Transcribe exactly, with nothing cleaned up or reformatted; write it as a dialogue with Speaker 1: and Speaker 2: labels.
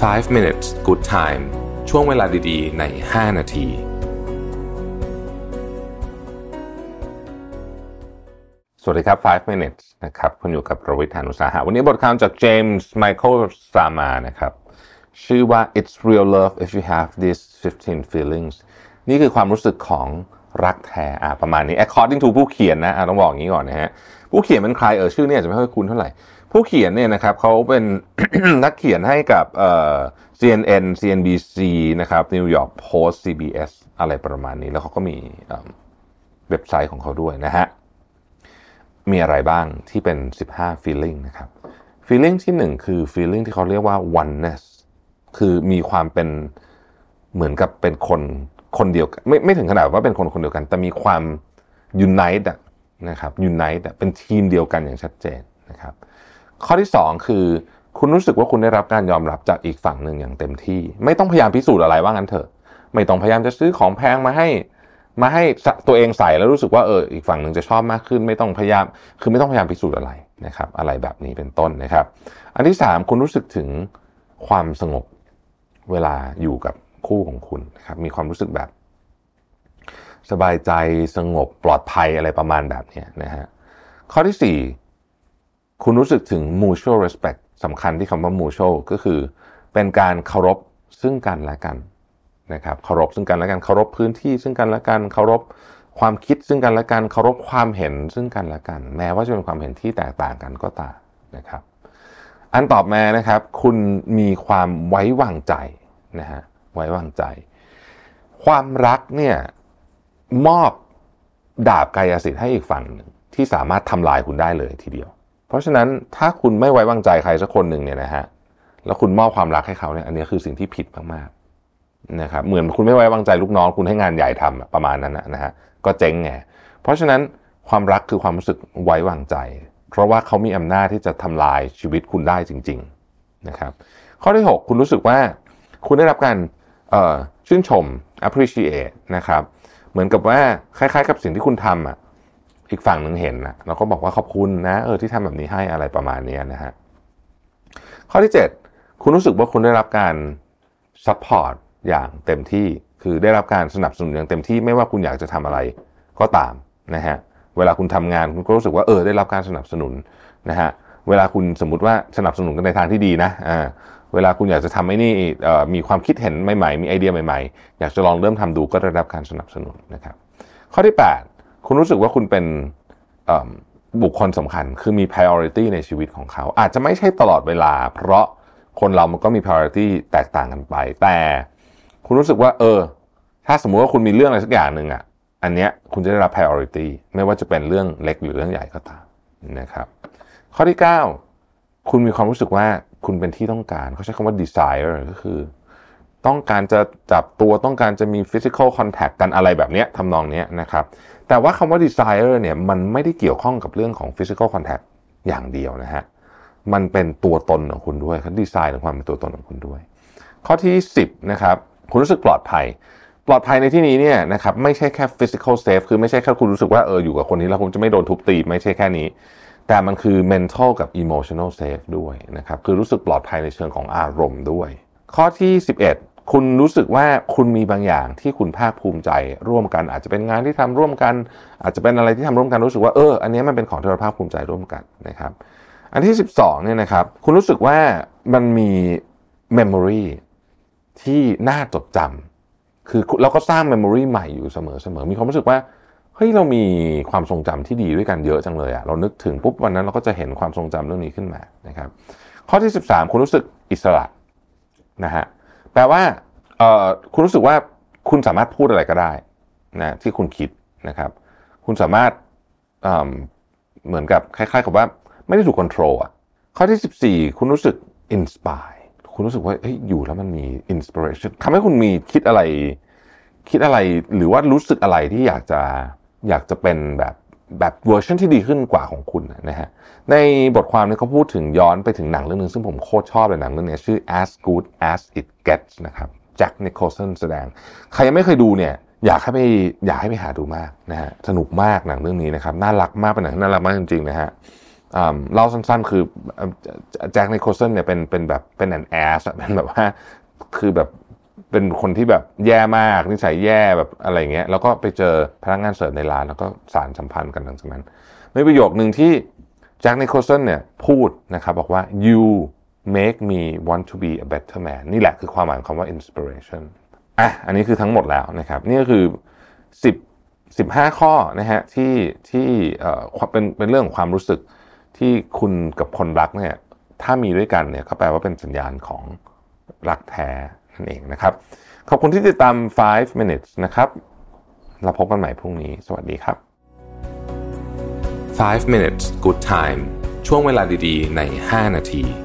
Speaker 1: five minutes good time ช่วงเวลาดีๆในห้านาทีสวัสดีครับfive minutes นะครับคุณอยู่กับประวิทย์ หาญอุตสาหะวันนี้บทความจากเจมส์ไมเคิลซามานะครับชื่อว่า It's real love if you have these fifteen feelings นี่คือความรู้สึกของรักแท้อ่ะประมาณนี้ according to ผู้เขียนนะอ่ะต้องบอกอย่างนี้ก่อนนะฮะผู้เขียนเป็นใครเออชื่อเนี่ยจะไม่ค่อยคุ้นเท่าไหร่ผู้เขียนเนี่ยนะครับเขาเป็น นักเขียนให้กับเอ่อ ซี เอ็น เอ็น ซี เอ็น บี ซี นะครับ New York Post ซี บี เอส อะไรประมาณนี้แล้วเขาก็มีเว็บไซต์ของเขาด้วยนะฮะมีอะไรบ้างที่เป็นสิบห้า feeling นะครับ feeling ที่หนึ่งคือ feeling ที่เขาเรียกว่า oneness คือมีความเป็นเหมือนกับเป็นคนคนเดียวกันไม่ไม่ถึงขนาดว่าเป็นคนคนเดียวกันแต่มีความ unite อะนะครับ unite อะเป็นทีมเดียวกันอย่างชัดเจนนะครับข้อที่สองคือคุณรู้สึกว่าคุณได้รับการยอมรับจากอีกฝั่งหนึ่งอย่างเต็มที่ไม่ต้องพยายามพิสูจน์อะไรว่างั้นเถอะไม่ต้องพยายามจะซื้อของแพงมาให้มาให้ตัวเองใส่แล้วรู้สึกว่าเอออีกฝั่งหนึ่งจะชอบมากขึ้นไม่ต้องพยายามคือไม่ต้องพยายามพิสูจน์อะไรนะครับอะไรแบบนี้เป็นต้นนะครับอันที่สามคุณรู้สึกถึงความสงบเวลาอยู่กับคู่ของคุณนะครับมีความรู้สึกแบบสบายใจสงบปลอดภัยอะไรประมาณแบบนี้นะฮะข้อที่สี่คุณรู้สึกถึง mutual respect สำคัญที่คำว่า mutual ก็คือเป็นการเคารพซึ่งกันและกันนะครับเคารพซึ่งกันและกันเคารพพื้นที่ซึ่งกันและกันเคารพความคิดซึ่งกันและกันเคารพความเห็นซึ่งกันและกันแม้ว่าจะเป็นความเห็นที่แตกต่างกันก็ตามนะครับอันต่อมานะครับคุณมีความไว้วางใจนะฮะไว้วางใจความรักเนี่ยมอบดาบกายสิทธิ์ให้อีกฝั่งหนึ่งที่สามารถทำลายคุณได้เลยทีเดียวเพราะฉะนั้นถ้าคุณไม่ไว้วางใจใครสักคนหนึ่งเนี่ยนะฮะแล้วคุณมอบความรักให้เขาเนี่ยอันนี้คือสิ่งที่ผิดมากๆนะครับเหมือนคุณไม่ไว้วางใจลูกน้องคุณให้งานใหญ่ทำประมาณนั้นนะฮะก็เจ๊งไงเพราะฉะนั้นความรักคือความรู้สึกไว้วางใจเพราะว่าเขามีอำนาจที่จะทำลายชีวิตคุณได้จริงๆนะครับข้อที่หกคุณรู้สึกว่าคุณได้รับการเอ่อชื่นชม appreciate นะครับเหมือนกับว่าคล้ายๆกับสิ่งที่คุณทำอ่ะอีกฝั่งหนึ่งเห็นนะเราก็บอกว่าขอบคุณนะเออที่ทำแบบนี้ให้อะไรประมาณนี้นะฮะข้อที่เจ็ดคุณรู้สึกว่าคุณได้รับการซัพพอร์ตอย่างเต็มที่คือได้รับการสนับสนุนอย่างเต็มที่ไม่ว่าคุณอยากจะทำอะไรก็ตามนะฮะเวลาคุณทำงานคุณก็รู้สึกว่าเออได้รับการสนับสนุนนะฮะเวลาคุณสมมุติว่าสนับสนุนกันในทางที่ดีนะอ่าเวลาคุณอยากจะทำไอ้นี่เอ่อมีความคิดเห็นใหม่ๆมีไอเดียใหม่ๆอยากจะลองเริ่มทำดูก็ได้รับการสนับสนุนนะครับข้อที่แปดคุณรู้สึกว่าคุณเป็นบุคคลสำคัญคือมี priority ในชีวิตของเขาอาจจะไม่ใช่ตลอดเวลาเพราะคนเรามันก็มี priority แตกต่างกันไปแต่คุณรู้สึกว่าเออถ้าสมมุติว่าคุณมีเรื่องอะไรสักอย่างหนึ่งอ่ะอันเนี้ยคุณจะได้รับ priority ไม่ว่าจะเป็นเรื่องเล็กหรือเรื่องใหญ่ก็ตามนะครับข้อที่เก้าคุณมีความรู้สึกว่าคุณเป็นที่ต้องการเขาใช้คำว่า desire ก็คือต้องการจะจับตัวต้องการจะมี physical contact กันอะไรแบบนี้ทำนองนี้นะครับแต่ว่าคำว่า desire เนี่ยมันไม่ได้เกี่ยวข้องกับเรื่องของ physical contact อย่างเดียวนะฮะมันเป็นตัวตนของคุณด้วยเขาดีไซน์ถึงความเป็นตัวตนของคุณด้วยข้อที่สิบนะครับคุณรู้สึกปลอดภัยปลอดภัยในที่นี้เนี่ยนะครับไม่ใช่แค่ physical safe คือไม่ใช่แค่คุณรู้สึกว่าเอออยู่กับคนนี้แล้วคุณจะไม่โดนทุบตีไม่ใช่แค่นี้แต่มันคือ mental กับ emotional safe ด้วยนะครับคือรู้สึกปลอดภัยในเชิงของอารมณ์ด้วยข้อที่สิบเอ็ดคุณรู้สึกว่าคุณมีบางอย่างที่คุณภาคภูมิใจร่วมกันอาจจะเป็นงานที่ทำร่วมกันอาจจะเป็นอะไรที่ทำร่วมกันรู้สึกว่าเอออันนี้มันเป็นของที่เราภาคภูมิใจร่วมกันนะครับอันที่สิบสองเนี่ยนะครับคุณรู้สึกว่ามันมี memory ที่น่าจดจำคือเราก็สร้าง memory ใหม่อยู่เสมอๆมีความรู้สึกว่าเฮ้ยเรามีความทรงจำที่ดีด้วยกันเยอะจังเลยอะเรานึกถึงปุ๊บวันนั้นเราก็จะเห็นความทรงจำเรื่องนี้ขึ้นมานะครับข้อที่สิบสามคุณรู้สึกอิสระนะฮะแปลว่าเอ่อคุณรู้สึกว่าคุณสามารถพูดอะไรก็ได้นะที่คุณคิดนะครับคุณสามารถเอ่อเหมือนกับคล้ายๆกับว่าไม่ได้ถูกควบคุมอ่ะข้อที่สิบสี่คุณรู้สึก inspire คุณรู้สึกว่าเฮ้ยอยู่แล้วมันมี inspiration ทำให้คุณมีคิดอะไรคิดอะไรหรือว่ารู้สึกอะไรที่อยากจะอยากจะเป็นแบบแบบเวอร์ชันที่ดีขึ้นกว่าของคุณนะฮะในบทความนี้เขาพูดถึงย้อนไปถึงหนังเรื่องนึงซึ่งผมโคตรชอบเลยหนังเรื่องนี้ชื่อ As Good As It Gets นะครับแจ็คนิโคลสันแสดงใครยังไม่เคยดูเนี่ยอยากให้ไปอยากให้ไปหาดูมากนะฮะสนุกมากหนังเรื่องนี้นะครับน่ารักมากเป็นหนังน่ารักมากจริงๆนะฮะเล่าสั้นๆคือแจ็คนิโคลสันเนี่ยเป็นเป็นแบบเป็นแอนแอสเป็นแบบว่าคือแบบเป็นคนที่แบบแย่มากนิสัยแย่แบบอะไรเงี้ยแล้วก็ไปเจอพนักงานเสิร์ฟในร้านแล้วก็สานสัมพันธ์กันหลังจากนั้นมีประโยคนึงที่แจ็คนิโคลสันเนี่ยพูดนะครับบอกว่า you make me want to be a better man นี่แหละคือความหมายของคำว่า inspiration อ่ะอันนี้คือทั้งหมดแล้วนะครับนี่ก็คือสิบ สิบห้าข้อนะฮะที่ที่เอ่อเป็นเป็นเรื่องของความรู้สึกที่คุณกับคนรักเนี่ยถ้ามีด้วยกันเนี่ยก็แปลว่าเป็นสัญญาณของรักแท้นั่นเองนะครับขอบคุณที่ติดตาม five minutes นะครับเราพบกันใหม่พรุ่งนี้สวัสดีครับ five minutes good time ช่วงเวลาดีๆในห้านาที